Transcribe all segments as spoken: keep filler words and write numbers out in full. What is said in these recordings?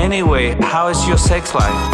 Anyway, how is your sex life?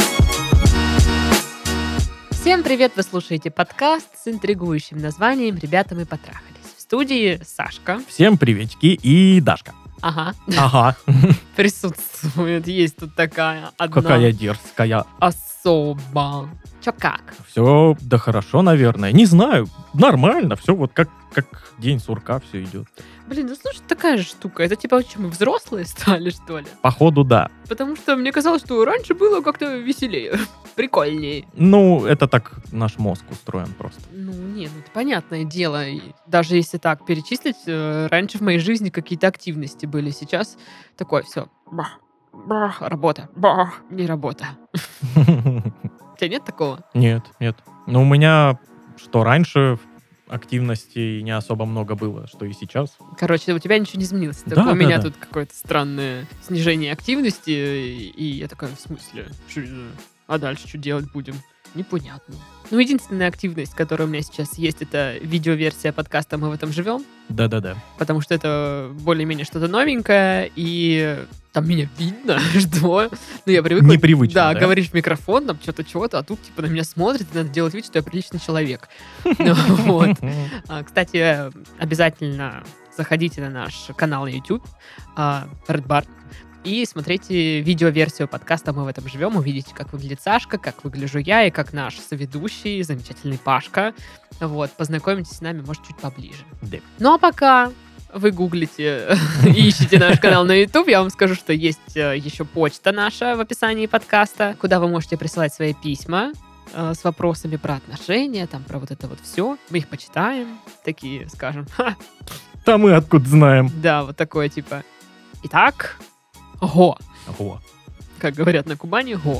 Всем привет! Вы слушаете подкаст с интригующим названием «Ребята, мы потрахались». В студии Сашка. Всем приветики и Дашка. Ага. Ага. Присутствует. Есть тут такая одна... Какая дерзкая. Особа. Чё как? Все, да хорошо, наверное. Не знаю, нормально. Все вот как, как день сурка все идет. Блин, ну слушай, такая же штука. Это типа, что мы взрослые стали, что ли? Походу, да. Потому что мне казалось, что раньше было как-то веселее, прикольнее. Ну, это так наш мозг устроен просто. Ну, не, ну это понятное дело. И даже если так перечислить, э, раньше в моей жизни какие-то активности были. Сейчас такое все. Бах, бах, работа, бах, не работа. У тебя нет такого? Нет, нет. Но у меня, что раньше активностей не особо много было, что и сейчас. Короче, у тебя ничего не изменилось. Только Да, у меня да, да. тут какое-то странное снижение активности. И, и я такая, в смысле? Что это? А дальше что делать будем? Непонятно. Ну, единственная активность, которая у меня сейчас есть, это видеоверсия подкаста «Мы в этом живем». Да-да-да. Потому что это более-менее что-то новенькое, и там меня видно, что... Ну, я привыкла... Непривычно, да, да? говоришь в микрофон, там что-то, чего-то, а тут, типа, на меня смотрит, и надо делать вид, что я приличный человек. Ну, вот. А, Кстати, обязательно заходите на наш канал на YouTube, а, Red Bar, и смотрите видеоверсию подкаста «Мы в этом живем». Увидите, как выглядит Сашка, как выгляжу я, и как наш соведущий, замечательный Пашка. Вот, познакомитесь с нами, может, чуть поближе. Да. Ну, а пока вы гуглите и ищете наш канал на YouTube, я вам скажу, что есть еще почта наша в описании подкаста, куда вы можете присылать свои письма э, с вопросами про отношения, там, про вот это вот все. Мы их почитаем, такие, скажем, ха, Да мы откуда знаем. да, вот такое, типа, итак, го, О. как говорят на Кубани, го.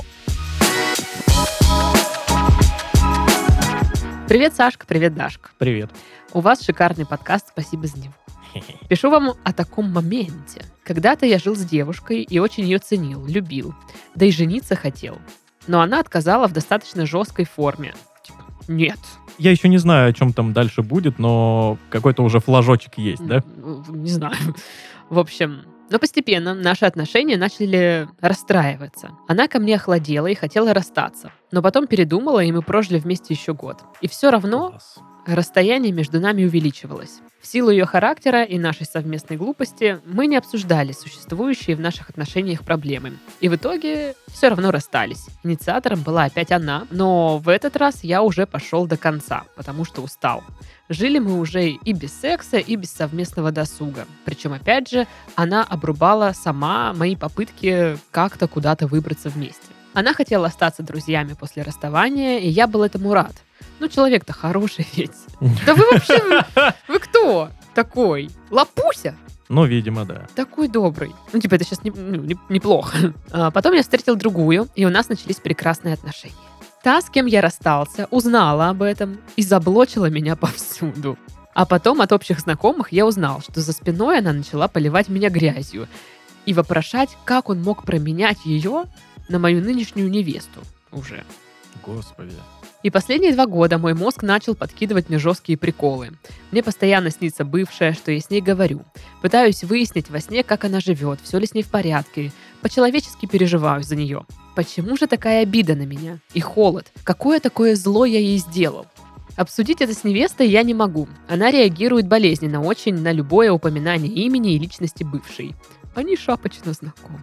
Привет, Сашка, привет, Дашка. Привет. У вас шикарный подкаст, спасибо за него. Пишу вам о таком моменте. Когда-то я жил с девушкой и очень ее ценил, любил, да и жениться хотел. Но она отказала в достаточно жесткой форме. Типа, нет. Я еще не знаю, о чем там дальше будет, но какой-то уже флажочек есть, да? Не знаю. В общем, но постепенно наши отношения начали расстраиваться. Она ко мне охладела и хотела расстаться. Но потом передумала, и мы прожили вместе еще год. И все равно Класс. расстояние между нами увеличивалось. В силу ее характера и нашей совместной глупости мы не обсуждали существующие в наших отношениях проблемы. И в итоге все равно расстались. Инициатором была опять она, но в этот раз я уже пошел до конца, потому что устал. Жили мы уже и без секса, и без совместного досуга. Причем, опять же, она обрубала сама мои попытки как-то куда-то выбраться вместе. Она хотела остаться друзьями после расставания, и я был этому рад. Ну, человек-то хороший ведь. Да вы вообще... Вы кто такой? Лапуся? Ну, видимо, да. Такой добрый. Ну, типа, это сейчас не, ну, не- неплохо. А потом я встретил другую, и у нас начались прекрасные отношения. Та, с кем я расстался, узнала об этом и заблочила меня повсюду. А потом от общих знакомых я узнал, что за спиной она начала поливать меня грязью и вопрошать, как он мог променять ее на мою нынешнюю невесту уже. Господи. И последние два года мой мозг начал подкидывать мне жесткие приколы. Мне постоянно снится бывшая, что я с ней говорю. Пытаюсь выяснить во сне, как она живет, все ли с ней в порядке. По-человечески переживаю за нее. Почему же такая обида на меня? И холод. Какое такое зло я ей сделал? Обсудить это с невестой я не могу. Она реагирует болезненно очень на любое упоминание имени и личности бывшей. Они шапочно знакомы.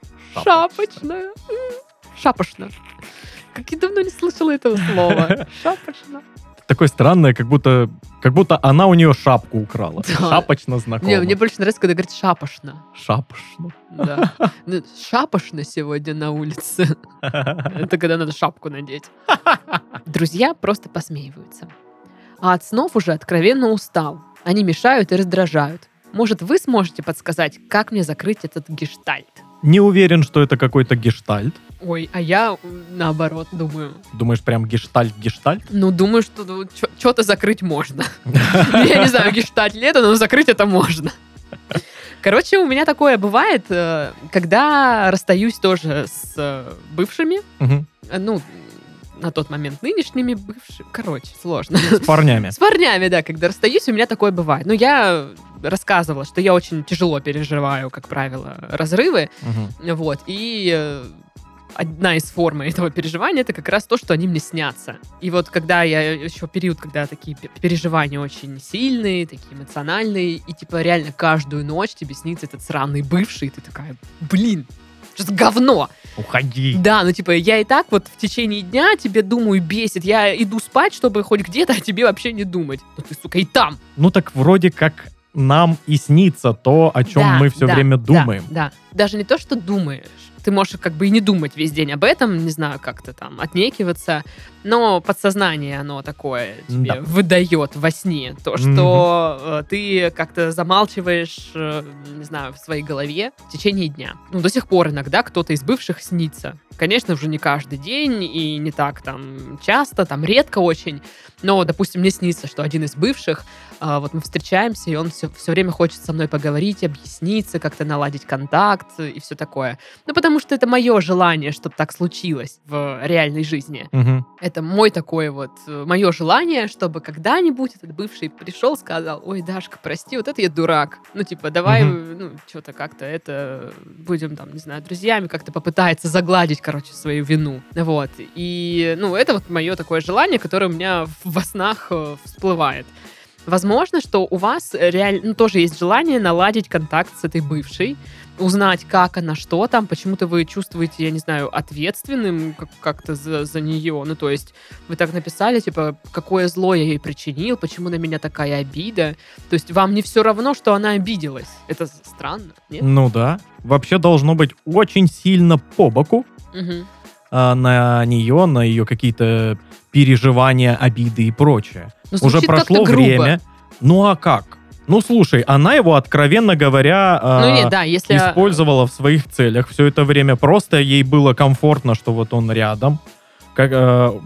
Шапочно. М, Шапошно. Как я давно не слышала этого слова. Шапочно. Такое странное, как будто, как будто она у нее шапку украла. Да. Шапочно знакома. Не, мне больше нравится, когда говорит шапошно. Шапошно. Да. Ну, шапошно сегодня на улице. Это когда надо шапку надеть. Друзья просто посмеиваются. А от снов уже откровенно устал. Они мешают и раздражают. Может, вы сможете подсказать, как мне закрыть этот гештальт? Не уверен, что это какой-то гештальт. Ой, а я наоборот думаю. Думаешь, прям гештальт-гештальт? Ну, думаю, что ну, что-то закрыть можно. Я не знаю, гештальт ли это, но закрыть это можно. Короче, у меня такое бывает, э, когда расстаюсь тоже с э, бывшими, Мгм. э, ну, на тот момент нынешними бывшими. Короче, сложно. С парнями. С парнями, да, когда расстаюсь, у меня такое бывает. Но я рассказывала, что я очень тяжело переживаю, как правило, разрывы. Мгм. Вот. И э, одна из форм этого переживания — это как раз то, что они мне снятся. И вот когда я еще период, когда такие пе- переживания очень сильные, такие эмоциональные, и типа реально каждую ночь тебе снится этот сраный бывший, и ты такая, блин, что за говно? Уходи. Да, ну типа я и так вот в течение дня тебе думаю, бесит. Я иду спать, чтобы хоть где-то о тебе вообще не думать. Но ты, сука, и там. Ну так вроде как нам и снится то, о чем Да, мы все да, время да, думаем. Да, даже не то, что думаешь. Ты можешь как бы и не думать весь день об этом, не знаю, как-то там отнекиваться, но подсознание, оно такое тебе Да. выдает во сне. То, что э, ты как-то замалчиваешь, э, не знаю, в своей голове в течение дня. Ну, до сих пор иногда кто-то из бывших снится. Конечно, уже не каждый день и не так там часто, там редко очень. Но, допустим, мне снится, что один из бывших, а, вот мы встречаемся, и он все, все время хочет со мной поговорить, объясниться, как-то наладить контакт и все такое. Ну, потому что это мое желание, чтобы так случилось в реальной жизни. Мгм. Это мой такой вот, мое желание, чтобы когда-нибудь этот бывший пришел, сказал, ой, Дашка, прости, вот это я дурак. Ну, типа, давай, Мгм. ну, что-то как-то это, будем там, не знаю, друзьями, как-то попытается загладить, короче, свою вину. Вот. И, ну, это вот мое такое желание, которое у меня во снах э, всплывает. Возможно, что у вас реально ну, тоже есть желание наладить контакт с этой бывшей, узнать, как она, что там, почему-то вы чувствуете, я не знаю, ответственным как- как-то за, за нее. Ну, то есть вы так написали, типа, какое зло я ей причинил, почему на меня такая обида. То есть вам не все равно, что она обиделась. Это странно, нет? Ну да. Вообще должно быть очень сильно по боку Мгм. а, на нее, на ее какие-то переживания, обиды и прочее. Ну, Уже звучит как-то прошло грубо. время. Ну а как? Ну слушай, она его, откровенно говоря, а, Ну, нет, да, если... использовала в своих целях все это время. Просто ей было комфортно, что вот он рядом. Как, э,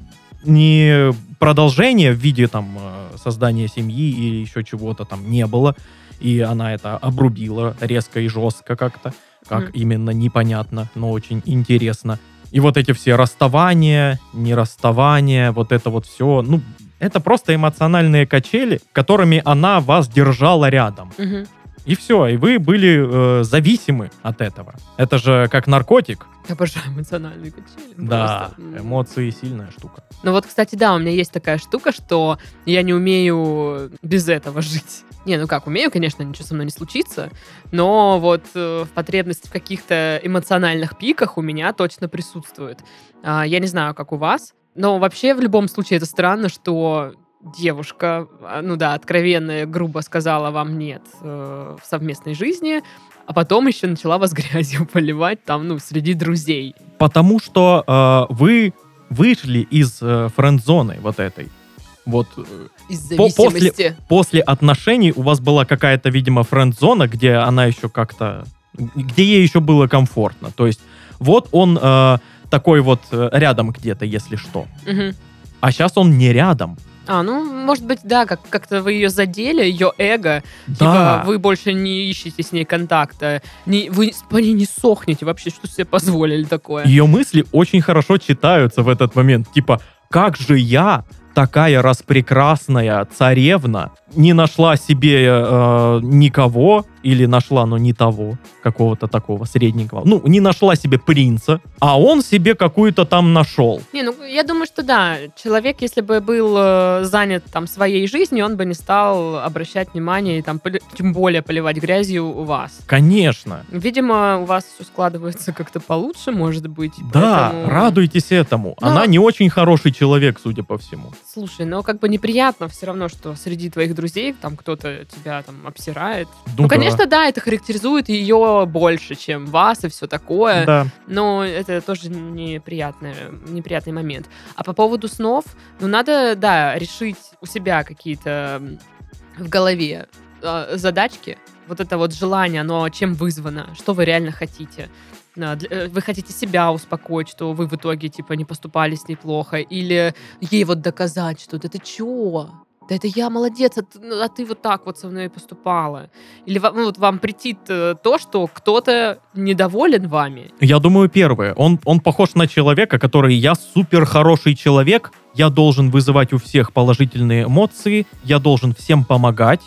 не продолжение в виде там э, создания семьи или еще чего-то там не было. И она это обрубила резко и жестко как-то. Как Мгм. именно, непонятно, но очень интересно. И вот эти все расставания, не расставания, вот это вот все, ну, это просто эмоциональные качели, которыми она вас держала рядом. Мгм. И все, и вы были э, зависимы от этого. Это же как наркотик. Обожаю эмоциональные качели. Да, просто. М. эмоции сильная штука. Ну вот, кстати, да, у меня есть такая штука, что я не умею без этого жить. Не, ну как, умею, конечно, ничего со мной не случится, но вот э, потребность в каких-то эмоциональных пиках у меня точно присутствует. А, я не знаю, как у вас, но вообще в любом случае это странно, что девушка, а, ну да, откровенно, грубо сказала вам нет э, в совместной жизни, а потом еще начала вас грязью поливать там, ну, среди друзей. Потому что э, вы вышли из э, френд-зоны вот этой. Вот э, Из По- после- зависимости. после отношений у вас была какая-то, видимо, френд-зона, где она еще как-то... Где ей еще было комфортно. То есть вот он э, такой вот э, рядом где-то, если что. Мгм. А сейчас он не рядом. А, ну, может быть, да, как- как-то вы ее задели, ее эго. Да. Типа, вы больше не ищете с ней контакта. Не, вы по ней не сохнете вообще, что себе позволили такое. Ее мысли очень хорошо читаются в этот момент. Типа, как же я, такая распрекрасная царевна, не нашла себе э, никого, или нашла, но не того, какого-то такого средненького. Ну, не нашла себе принца, а он себе какую-то там нашел. Не, ну, я думаю, что да, человек, если бы был э, занят там своей жизнью, он бы не стал обращать внимание и там, поли- тем более поливать грязью у вас. Конечно. Видимо, у вас все складывается как-то получше, может быть. Да, поэтому- радуйтесь этому. Но- Она не очень хороший человек, судя по всему. Слушай, ну как бы неприятно все равно, что среди твоих друзей там кто-то тебя там обсирает. Ну, Ну, конечно, да, это характеризует ее больше, чем вас и все такое. Да. Но это тоже неприятный, неприятный момент. А по поводу снов, ну, надо, да, решить у себя какие-то м, в голове э, задачки. Вот это вот желание, оно чем вызвано, что вы реально хотите. А, для- э, Вы хотите себя успокоить, что вы в итоге, типа, не поступали с ней плохо, или ей вот доказать, что да ты чё? Да это я молодец, а ты, ну, а ты вот так вот со мной поступала. Или ва- ну, вот вам претит э, то, что кто-то недоволен вами. Я думаю, первое. Он, он похож на человека, который я супер хороший человек, я должен вызывать у всех положительные эмоции, я должен всем помогать,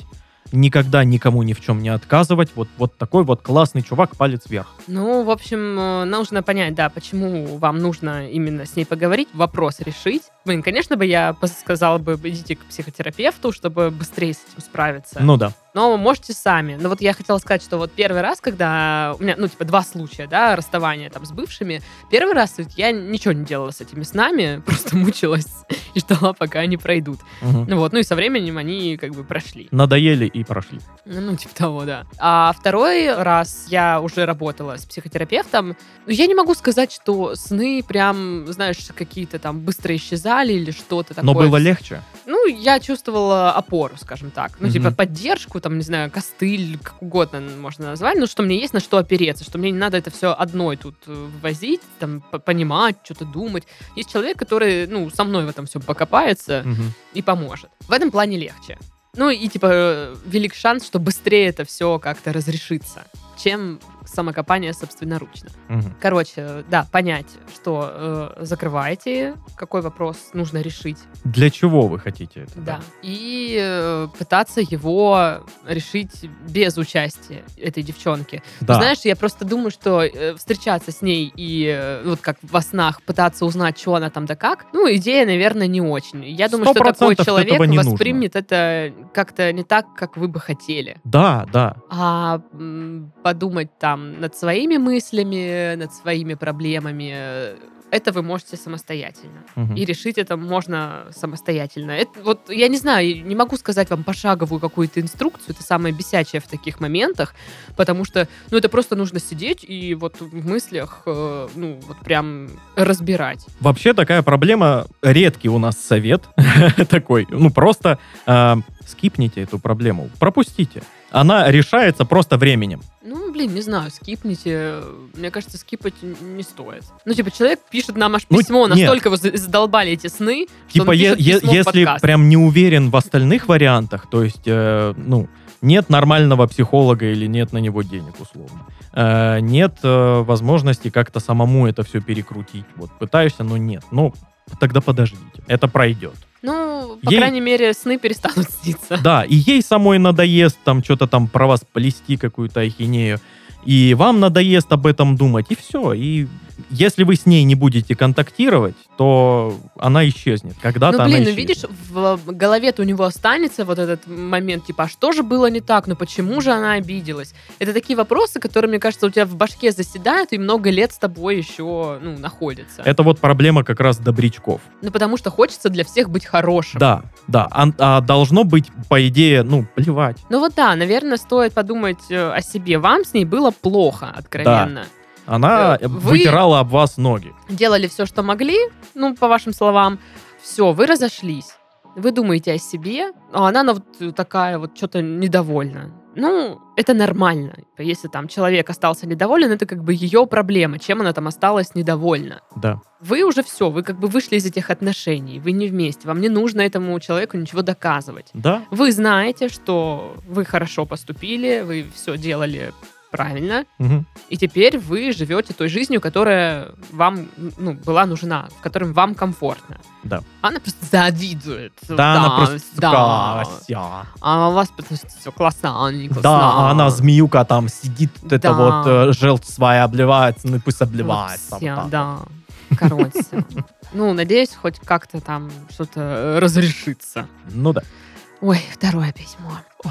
никогда никому ни в чем не отказывать. Вот, вот такой вот классный чувак, палец вверх. Ну, в общем, э, нужно понять, да, почему вам нужно именно с ней поговорить, вопрос решить. Блин, конечно бы я пос- сказала бы, идите к психотерапевту, чтобы быстрее с этим справиться. Ну да. Но можете сами. Но вот я хотела сказать, что вот первый раз, когда у меня, ну, типа, два случая, да, расставания там с бывшими, первый раз ведь я ничего не делала с этими снами, просто мучилась и ждала, пока они пройдут. Мгм. Ну вот, ну и со временем они как бы прошли. Надоели и прошли. Ну, ну, типа того, да. А второй раз я уже работала с психотерапевтом. Ну, я не могу сказать, что сны прям, знаешь, какие-то там быстро исчезали или что-то такое. Но было легче. Ну, я чувствовала опору, скажем так. Ну, Мгм. типа поддержку, там, не знаю, костыль, как угодно можно назвать. Ну, что мне есть на что опереться, что мне не надо это все одной тут э, возить, там, п- понимать, что-то думать. Есть человек, который, ну, со мной в этом все покопается Мгм. и поможет. В этом плане легче. Ну, и, типа, э, велик шанс, что быстрее это все как-то разрешится, чем самокопание собственноручно. Мгм. Короче, да, понять, что э, закрываете, какой вопрос нужно решить. Для чего вы хотите это? Да. И э, пытаться его решить без участия этой девчонки. Ну, Да. знаешь, я просто думаю, что э, встречаться с ней и э, вот как во снах пытаться узнать, что она там да как, ну, идея, наверное, не очень. Я думаю, Сто что такой процентов человек этого не нужно. воспримет это как-то не так, как вы бы хотели. Да, да. А м, подумать там над своими мыслями, над своими проблемами, э, это вы можете самостоятельно. Мгм. И решить это можно самостоятельно. Это, вот я не знаю, не могу сказать вам пошаговую какую-то инструкцию, это самое бесячее в таких моментах, потому что, ну, это просто нужно сидеть и вот в мыслях, э, ну, вот прям разбирать. Вообще такая проблема, редкий у нас совет такой, ну просто э, скипните эту проблему, пропустите. Она решается просто временем. Ну, блин, не знаю, скипните. Мне кажется, скипать н- не стоит. Ну, типа, человек пишет нам аж Ну, письмо, нет. настолько его за- задолбали эти сны, что Типа, он е- пишет е- письмо в если подкаст. прям не уверен в остальных вариантах, то есть, э, ну, нет нормального психолога или нет на него денег, условно, э, нет э, возможности как-то самому это все перекрутить. Вот пытаешься, но нет. Ну, тогда подождите, это пройдет. Ну, по Ей- крайней мере, сны перестанут сниться. Да, и ей самой надоест там что-то там про вас плести, какую-то ахинею. И вам надоест об этом думать, и все. И если вы с ней не будете контактировать, то она исчезнет. Когда-то Ну, она блин, ну исчезнет. видишь, в голове-то у него останется вот этот момент, типа, а что же было не так? Ну, почему же она обиделась? Это такие вопросы, которые, мне кажется, у тебя в башке заседают и много лет с тобой еще, ну, находятся. Это вот проблема как раз добрячков. Ну, потому что хочется для всех быть хорошим. Да, да. А, а должно быть, по идее, ну, плевать. Ну вот да, наверное, стоит подумать э, о себе. Вам с ней было плохо, откровенно. Она Э, вы- вытирала об вас ноги. Делали все, что могли, ну, по вашим словам. Все, вы разошлись. Вы думаете о себе, а она ну, вот такая вот что-то недовольна. Ну, это нормально. Если там человек остался недоволен, это как бы ее проблема, чем она там осталась недовольна. Да. Вы уже все, вы как бы вышли из этих отношений, вы не вместе, вам не нужно этому человеку ничего доказывать. Да. Вы знаете, что вы хорошо поступили, вы все делали правильно, Мгм. и теперь вы живете той жизнью, которая вам ну, была нужна, в которой вам комфортно. Да. Она просто завидует. Да, она просто да. такая, «Ся». А у вас все классно, не классно. Да, а она змеюка там сидит, вот это Да. вот э, желчь своя обливается, ну и пусть Вот обливается. всё, вот так да. Короче. Ну, надеюсь, хоть как-то там что-то э, разрешится. вот. Ну да. Ой, второе письмо.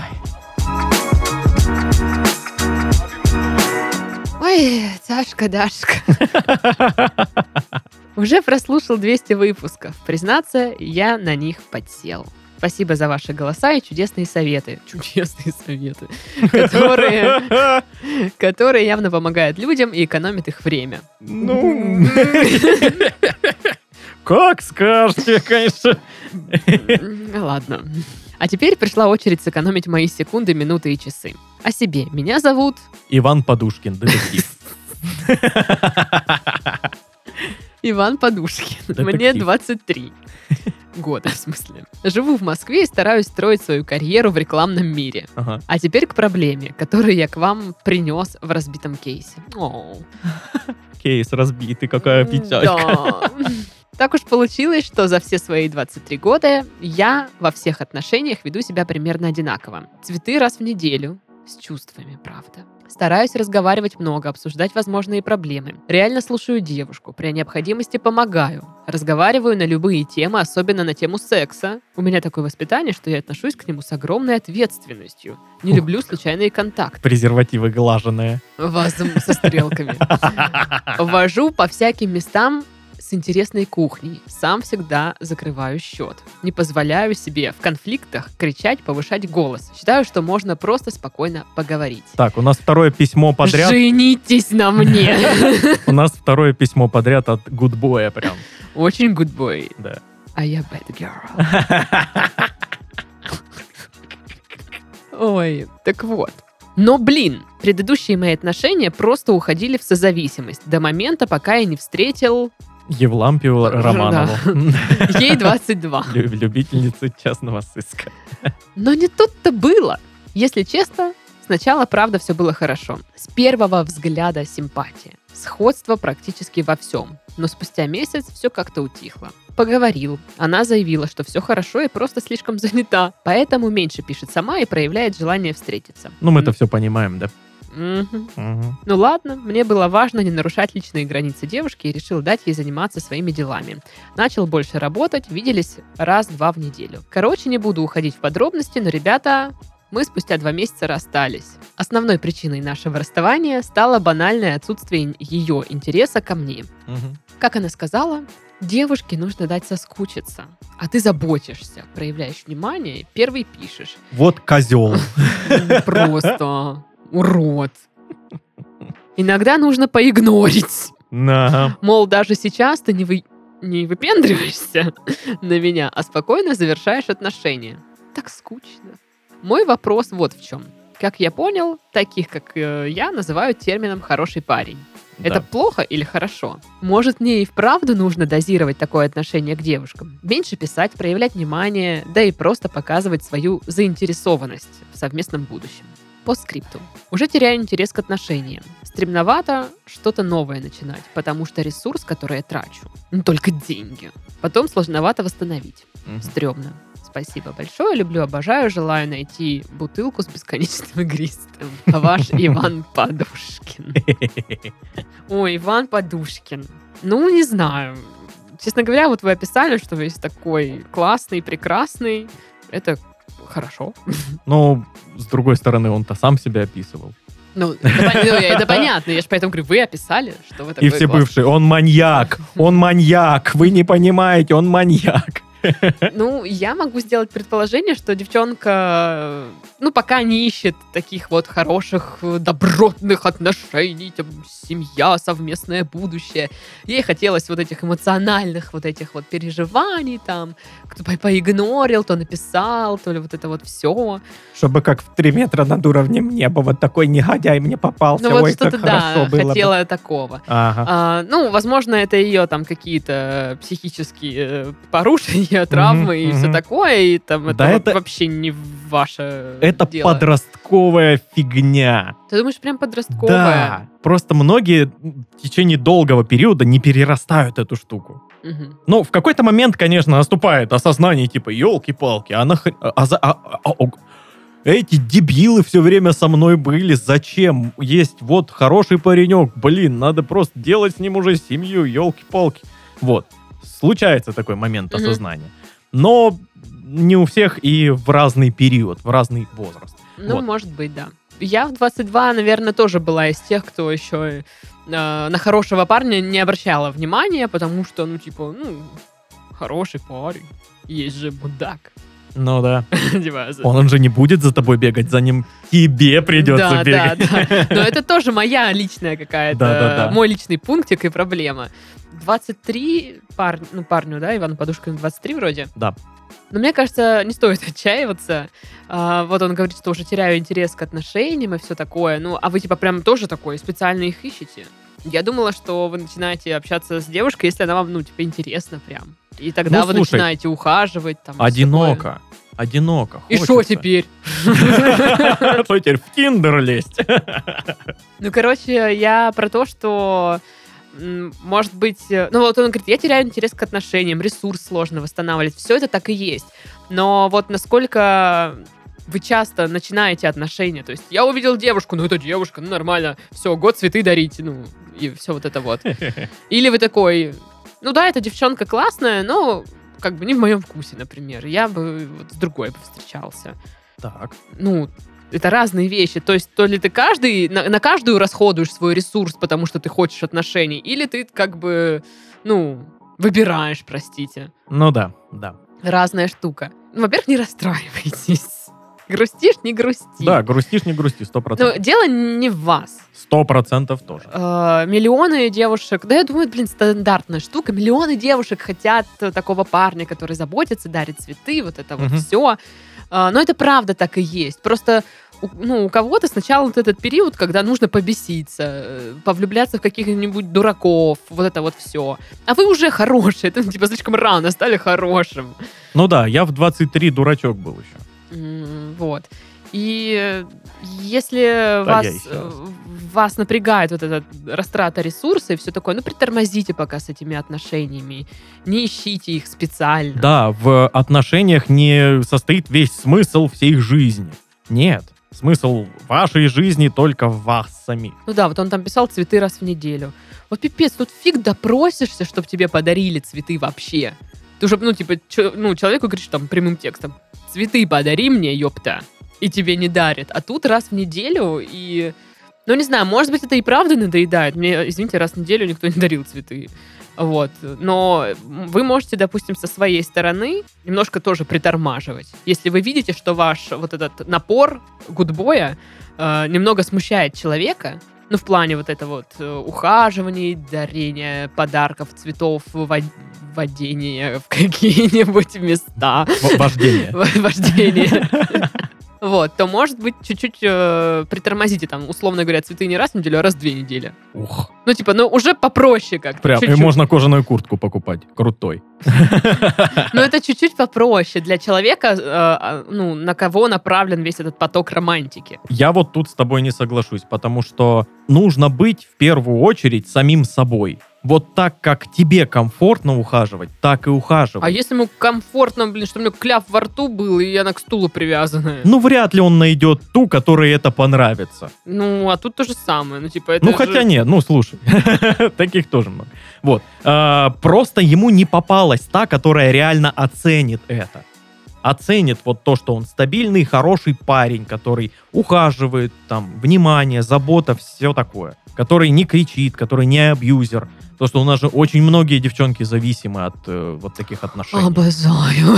Ой, Сашка, Дашка. Уже прослушал двести выпусков. Признаться, я на них подсел. Спасибо за ваши голоса и чудесные советы. Чудесные советы. Которые, которые явно помогают людям и экономят их время. Ну, как скажете, конечно. М, Ладно. А теперь пришла очередь сэкономить мои секунды, минуты и часы. О себе. Меня зовут... Иван Подушкин, детектив. Иван Подушкин. Детектив. Мне двадцать три года, в смысле. Живу в Москве и стараюсь строить свою карьеру в рекламном мире. Ага. А теперь к проблеме, которую я к вам принес в разбитом кейсе. О, Кейс разбитый, какая печалька. да. Так уж получилось, что за все свои двадцать три года я во всех отношениях веду себя примерно одинаково. Цветы раз в неделю, с чувствами, правда. Стараюсь разговаривать много, обсуждать возможные проблемы. Реально слушаю девушку, при необходимости помогаю. Разговариваю на любые темы, особенно на тему секса. У меня такое воспитание, что я отношусь к нему с огромной ответственностью. Не Ух. люблю случайные контакты. Презервативы глаженные. Вас со стрелками. Вожу по всяким местам с интересной кухней. Сам всегда закрываю счет. Не позволяю себе в конфликтах кричать, повышать голос. Считаю, что можно просто спокойно поговорить. Так, у нас второе письмо подряд. Женитесь на мне. У нас второе письмо подряд от гудбоя прям. Очень good boy. Да. А я bad girl. Ой, так вот. Но, блин, предыдущие мои отношения просто уходили в созависимость до момента, пока я не встретил... Евлампию Романову. Ей двадцать два. Лю- Любительницу частного сыска. Но не тут-то было. Если честно, сначала, правда, все было хорошо. С первого взгляда симпатия. Сходство практически во всем. Но спустя месяц все как-то утихло. Поговорил. Она заявила, что все хорошо и просто слишком занята. Поэтому меньше пишет сама и проявляет желание встретиться. Ну, мы это все понимаем, да? Мгм. Мгм. Ну ладно, мне было важно не нарушать личные границы девушки и решил дать ей заниматься своими делами. Начал больше работать, виделись раз-два в неделю. Короче, не буду уходить в подробности, но, ребята, мы спустя два месяца расстались. Основной причиной нашего расставания стало банальное отсутствие ее интереса ко мне. Мгм. Как она сказала, девушке нужно дать соскучиться, а ты заботишься, проявляешь внимание, первый пишешь. Вот козел. Просто урод. Иногда нужно поигнорить. Ага. Мол, даже сейчас ты не, вы... не выпендриваешься на меня, а спокойно завершаешь отношения. Так скучно. Мой вопрос вот в чем. Как я понял, таких, как э, я, называют термином «хороший парень». Это Да. плохо или хорошо? Может, мне и вправду нужно дозировать такое отношение к девушкам? Меньше писать, проявлять внимание, да и просто показывать свою заинтересованность в совместном будущем. По скрипту. Уже теряю интерес к отношениям. Стремновато что-то новое начинать, потому что ресурс, который я трачу, не только деньги, потом сложновато восстановить. Мгм. Стрёмно. Спасибо большое, люблю, обожаю, желаю найти бутылку с бесконечным игристым. Ваш Иван Подушкин. Ой, Иван Подушкин. Ну, не знаю. Честно говоря, вот вы описали, что вы есть такой классный, прекрасный. Это хорошо. Ну, с другой стороны, он-то сам себя описывал. Ну, это, пон- ну, я- это понятно. Я же поэтому говорю, вы описали, что вы такой И все классный. бывшие, он маньяк, он маньяк, вы не понимаете, он маньяк. Ну, я могу сделать предположение, что девчонка, ну, пока не ищет таких вот хороших, э, добротных отношений, там, семья, совместное будущее. Ей хотелось вот этих эмоциональных вот этих вот переживаний, там, кто по- поигнорил, то написал, то ли вот это вот все. Чтобы как в три метра над уровнем неба вот такой негодяй мне попался. Ну, вот Ой, что-то, как да, хорошо было бы. хотела такого. Ага. А, ну, возможно, это ее там какие-то психические э, порушения, травмы и мгм. все такое, и там это, Да вот это- вообще не ваше Это дело. подростковая фигня. Ты думаешь, прям подростковая? Да. Просто многие в течение долгого периода не перерастают эту штуку. Мгм. Ну, в какой-то момент, конечно, наступает осознание, типа, елки-палки, а нахрен... А, за- а- а- а- эти дебилы все время со мной были, зачем? Есть вот хороший паренек, блин, надо просто делать с ним уже семью, елки-палки. Вот. Случается такой момент Мгм. осознания. Но не у всех и в разный период, в разный возраст. Ну, Вот. может быть, да. Я в двадцать два, наверное, тоже была из тех, кто еще э, на хорошего парня не обращала внимания, потому что, ну, типа, ну, хороший парень, есть же мудак. Ну да. Типа, за- Он же не будет за тобой бегать, за ним тебе придется да, бегать. Да, да. Но это тоже моя личная какая-то, Да-да-да. мой личный пунктик и проблема. двадцать три пар... ну, парню, да, Ивану Подушкину двадцать три вроде. Да. Но мне кажется, не стоит отчаиваться. А, вот он говорит, что уже теряю интерес к отношениям и все такое. Ну, а вы типа прям тоже такое, специально их ищете? Я думала, что вы начинаете общаться с девушкой, если она вам, ну, типа, интересна прям. И тогда Ну, вы слушай, начинаете ухаживать. Там, всё такое. Одиноко. Одиноко. И что хочется. теперь? Что теперь в Тиндер лезть? Ну, короче, я про то, что м, может быть... э, Ну, вот он говорит, я теряю интерес к отношениям, ресурс сложно восстанавливать. Все это так и есть. Но вот насколько вы часто начинаете отношения, то есть я увидел девушку, ну, это девушка, ну, нормально, все, год цветы дарить, ну, и все вот это вот. Или вы такой, ну да, эта девчонка классная, но как бы не в моем вкусе, например. Я бы вот с другой бы встречался. Так. Ну, это разные вещи. То есть, то ли ты каждый, на, на каждую расходуешь свой ресурс, потому что ты хочешь отношений, или ты как бы, ну, выбираешь, простите. Ну да, да. Разная штука. Ну, во-первых, не расстраивайтесь. Грустишь, не грусти. Да, грустишь, не грусти, сто Но процентов. дело не в вас. Сто процентов тоже. Э, миллионы девушек, да, я думаю, блин, стандартная штука. Миллионы девушек хотят э, такого парня, который заботится, дарит цветы, вот это вот Мгм. все. Э, но это правда так и есть. Просто у, ну, у кого-то сначала вот этот период, когда нужно побеситься, э, повлюбляться в каких-нибудь дураков, вот это вот все. А вы уже хорошие, это типа слишком рано стали хорошим. Ну да, я в двадцать три дурачок был еще. М, Вот. И э, если вас, я и сейчас. э, вас напрягает вот эта растрата ресурса и все такое, ну, притормозите пока с этими отношениями. Не ищите их специально. Да, в отношениях не состоит весь смысл всей жизни. Нет. Смысл вашей жизни только в вас самих. Ну да, вот он там писал цветы раз в неделю. Вот пипец, тут фиг допросишься, чтобы тебе подарили цветы вообще. Ты уже, ну, типа, чё- ну, человеку говоришь там прямым текстом, цветы подари мне, ёпта, и тебе не дарят. А тут раз в неделю и... Ну, не знаю, может быть, это и правда надоедает. Мне, извините, раз в неделю никто не дарил цветы. Вот. Но вы можете, допустим, со своей стороны немножко тоже притормаживать. Если вы видите, что ваш вот этот напор гудбоя э, немного смущает человека, ну, в плане вот это вот э, ухаживаний, дарения подарков, цветов, вод- водения в какие-нибудь места. В- Вождение. В- Вождение. Вот, то, может быть, чуть-чуть э, притормозите, там, условно говоря, цветы не раз в неделю, а раз в две недели. Ух. Ну, типа, ну, уже попроще как-то. Прям, и чуть-чуть. можно кожаную куртку покупать. Крутой. Но это чуть-чуть попроще для человека, э, э, ну, на кого направлен весь этот поток романтики. Я вот тут с тобой не соглашусь, потому что нужно быть в первую очередь самим собой. Вот так, как тебе комфортно ухаживать, так и ухаживать. А если ему комфортно, блин, что у меня кляп во рту был, и она к стулу привязанная? Ну, вряд ли он найдет ту, которой это понравится. Ну, а тут то же самое. Ну, типа, это Ну, же- хотя нет, ну, слушай, таких тоже много. Вот. А, просто ему не попалась та, которая реально оценит это. Оценит вот то, что он стабильный, хороший парень, который ухаживает, там, внимание, забота, все такое. Который не кричит, который не абьюзер. То, что у нас же очень многие девчонки зависимы от э, вот таких отношений. Обожаю.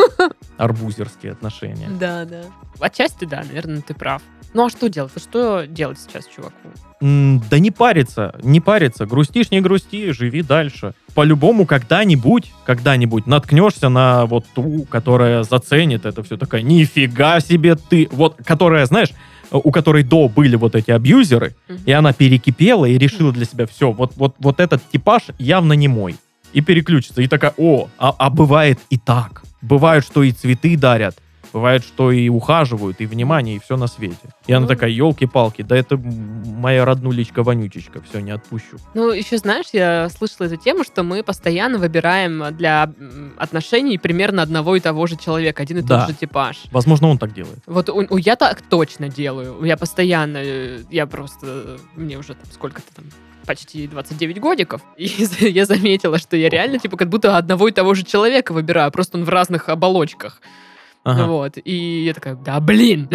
Арбузерские отношения. Да, да. Отчасти, да, наверное, ты прав. Ну, а что делать? Вот что делать сейчас чуваку? М, Да не париться, не париться. Грустишь, не грусти, живи дальше. По-любому когда-нибудь, когда-нибудь наткнешься на вот ту, которая заценит это все, такая, нифига себе ты. Вот, которая, знаешь, у которой до были вот эти абьюзеры, Мгм. и она перекипела и решила для себя, все, вот, вот, вот этот типаж явно не мой. И переключится. И такая, о, а, а бывает и так. Бывает, что и цветы дарят. Бывает, что и ухаживают, и внимание, и все на свете. И она Ну. такая, елки-палки, да это м, моя роднулечка-вонючечка, все, не отпущу. Ну, еще, знаешь, я слышала эту тему, что мы постоянно выбираем для м, отношений примерно одного и того же человека, один и Да. тот же типаж. Возможно, он так делает. Вот у, у- я так точно делаю. Я постоянно, э, я просто, э, мне уже там сколько-то там, почти двадцать девять годиков, и за- я заметила, что я реально, типа, как будто одного и того же человека выбираю, просто он в разных оболочках. Ага. Вот. И я такая, да блин,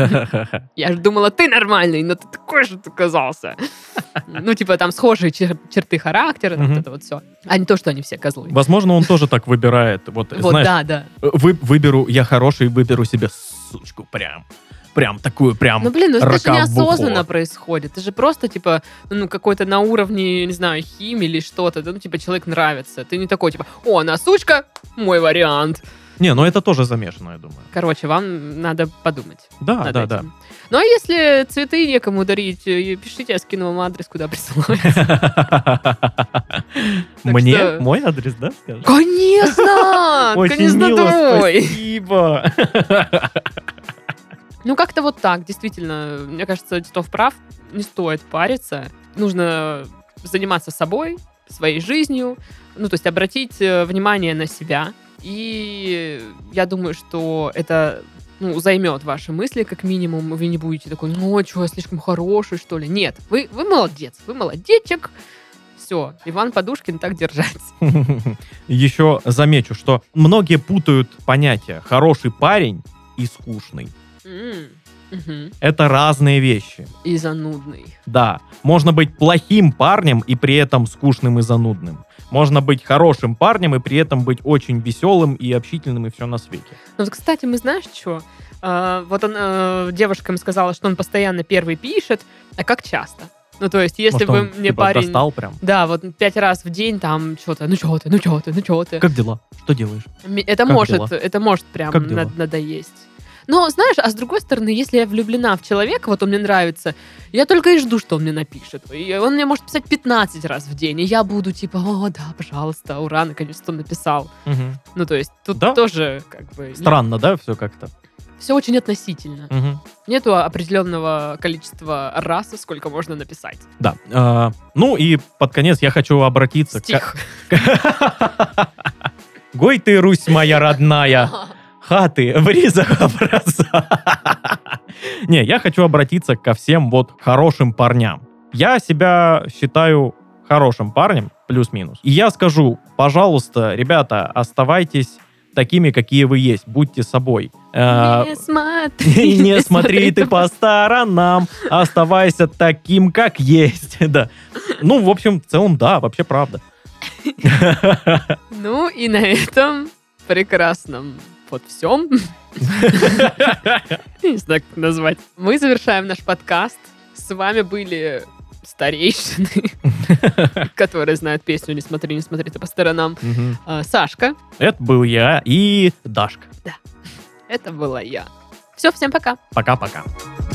я же думала, ты нормальный, но ты такой же ты оказался. Ну, типа, там схожие чер- черты характера, там Мгм. вот это вот все. А не то, что они все козлы. Возможно, он тоже так выбирает. Вот, Вот, знаешь, да, да. вы, выберу, я хороший, выберу себе сучку прям. Прям такую, прям Ну, блин, ну это же роковуху. неосознанно происходит. Это же просто, типа, ну, какой-то на уровне, не знаю, химии или что-то. Да, ну, типа, человек нравится. Ты не такой, типа, о, она сучка, мой вариант. Не, ну это тоже замешано, я думаю. Короче, вам надо подумать Да, над да, этим. Ну, а если цветы некому дарить, э, пишите, я скину вам адрес, куда присылать. да. Мне? что- Мой адрес, да, скажешь? Конечно! Очень Конечно, мило, твой! спасибо. Ну, как-то вот так, действительно. Мне кажется, Титов прав. Не стоит париться. Нужно заниматься собой, своей жизнью, ну, то есть обратить э, внимание на себя. И я думаю, что это, ну, займет ваши мысли, как минимум. Вы не будете такой, ну, что, я слишком хороший, что ли? Нет, вы, вы молодец, вы молодечек. Все, Иван Подушкин, так держать. Еще замечу, что многие путают понятия «хороший парень» и «скучный». М, мгм. Это разные вещи. И занудный. Да, можно быть плохим парнем и при этом скучным и занудным. Можно быть хорошим парнем и при этом быть очень веселым и общительным и все на свете. Ну, вот, кстати, мы знаешь, что? Вот он э, девушкам сказала, что он постоянно первый пишет, а как часто? Ну, то есть, если Может, бы он, мне типа, парень... достал прям? Да, вот пять раз в день там что-то, ну что ты, ну что ты, ну что ты. Как дела? Что делаешь? М- Это как может, дела? это может прям Как дела? над- надоесть. Но, знаешь, а с другой стороны, если я влюблена в человека, вот он мне нравится, я только и жду, что он мне напишет. И он мне может писать пятнадцать раз в день, и я буду типа, о, да, пожалуйста, ура, наконец-то он написал. Мгм. Ну, то есть, тут Да. тоже как бы... Странно, да, все как-то? Все очень относительно. Мгм. Нету определенного количества раз, сколько можно написать. Да. А, ну и под конец я хочу обратиться... к- Стих. Гой ты, Русь моя родная, хаты в ризах образа. Не, я хочу обратиться ко всем вот хорошим парням. Я себя считаю хорошим парнем, плюс-минус. И я скажу, пожалуйста, ребята, оставайтесь такими, какие вы есть, будьте собой. Э, Не смотри, И не смотри ты по сторонам, оставайся таким, как есть. Да. Ну, в общем, в целом, да, вообще правда. Ну и на этом прекрасном вот всем, не знаю, как назвать, мы завершаем наш подкаст. С вами были старейшины, которые знают песню «Не смотри, не смотри ты по сторонам». Мгм. А, Сашка, Это был я и Дашка. это была я. Все, всем пока. Пока-пока.